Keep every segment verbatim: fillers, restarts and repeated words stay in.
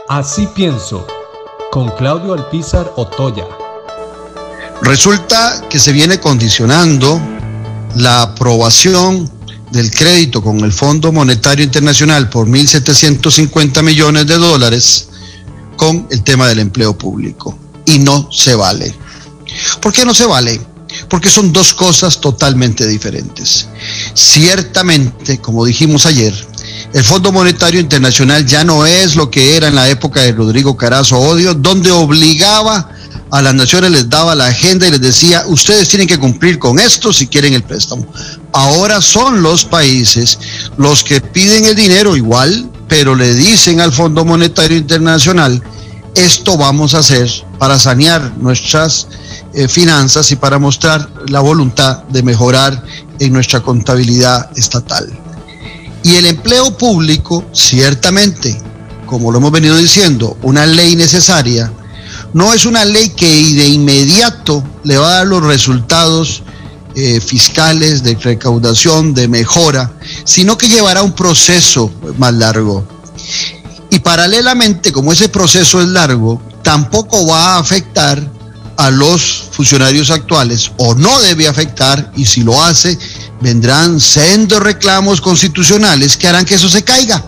Así pienso, con Claudio Alpizar Otoya. Resulta que se viene condicionando la aprobación del crédito con el Fondo Monetario Internacional por mil setecientos cincuenta millones de dólares con el tema del empleo público. Y no se vale. ¿Por qué no se vale? Porque son dos cosas totalmente diferentes. Ciertamente, como dijimos ayer, el Fondo Monetario Internacional ya no es lo que era en la época de Rodrigo Carazo Odio, donde obligaba a las naciones, les daba la agenda y les decía, ustedes tienen que cumplir con esto si quieren el préstamo. Ahora son los países los que piden el dinero igual, pero le dicen al Fondo Monetario Internacional, esto vamos a hacer para sanear nuestras eh, finanzas y para mostrar la voluntad de mejorar en nuestra contabilidad estatal. Y el empleo público, ciertamente, como lo hemos venido diciendo, una ley necesaria, no es una ley que de inmediato le va a dar los resultados eh, fiscales, de recaudación, de mejora, sino que llevará un proceso más largo. Y paralelamente, como ese proceso es largo, tampoco va a afectar a los funcionarios actuales, o no debe afectar, y si lo hace, vendrán sendos reclamos constitucionales que harán que eso se caiga.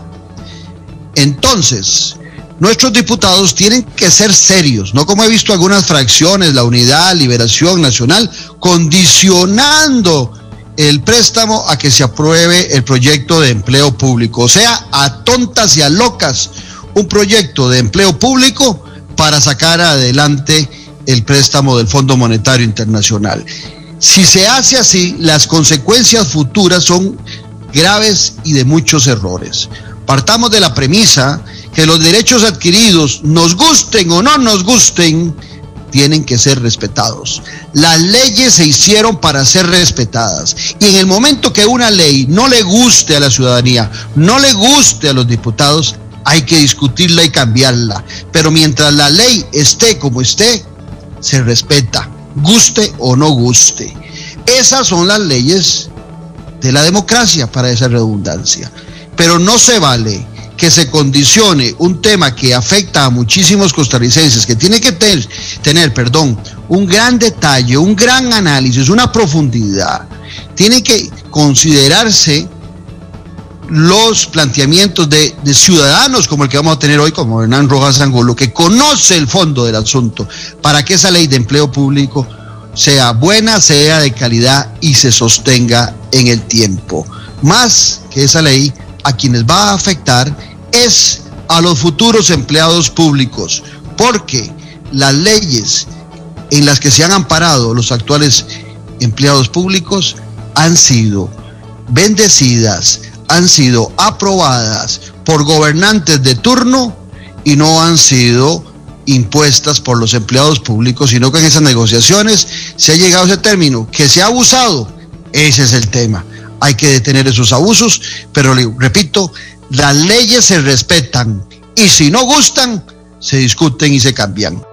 Entonces, nuestros diputados tienen que ser serios, no como he visto algunas fracciones, la Unidad, Liberación Nacional, condicionando el préstamo a que se apruebe el proyecto de empleo público. O sea, a tontas y a locas, un proyecto de empleo público para sacar adelante el préstamo del Fondo Monetario Internacional. Si se hace así, las consecuencias futuras son graves y de muchos errores. Partamos de la premisa que los derechos adquiridos, nos gusten o no nos gusten, tienen que ser respetados. Las leyes se hicieron para ser respetadas. Y en el momento que una ley no le guste a la ciudadanía, no le guste a los diputados, hay que discutirla y cambiarla. Pero mientras la ley esté como esté, se respeta, guste o no guste. Esas son las leyes de la democracia, para esa redundancia. Pero no se vale que se condicione un tema que afecta a muchísimos costarricenses, que tiene que tener, tener, perdón, un gran detalle, un gran análisis, una profundidad. Tiene que considerarse los planteamientos de, de ciudadanos como el que vamos a tener hoy, como Hernán Rojas Angulo, que conoce el fondo del asunto, para que esa ley de empleo público sea buena, sea de calidad y se sostenga en el tiempo. Más que esa ley, a quienes va a afectar es a los futuros empleados públicos, porque las leyes en las que se han amparado los actuales empleados públicos han sido bendecidas, han sido aprobadas por gobernantes de turno y no han sido impuestas por los empleados públicos, sino que en esas negociaciones se ha llegado a ese término, que se ha abusado. Ese es el tema. Hay que detener esos abusos, pero le repito, las leyes se respetan y si no gustan, se discuten y se cambian.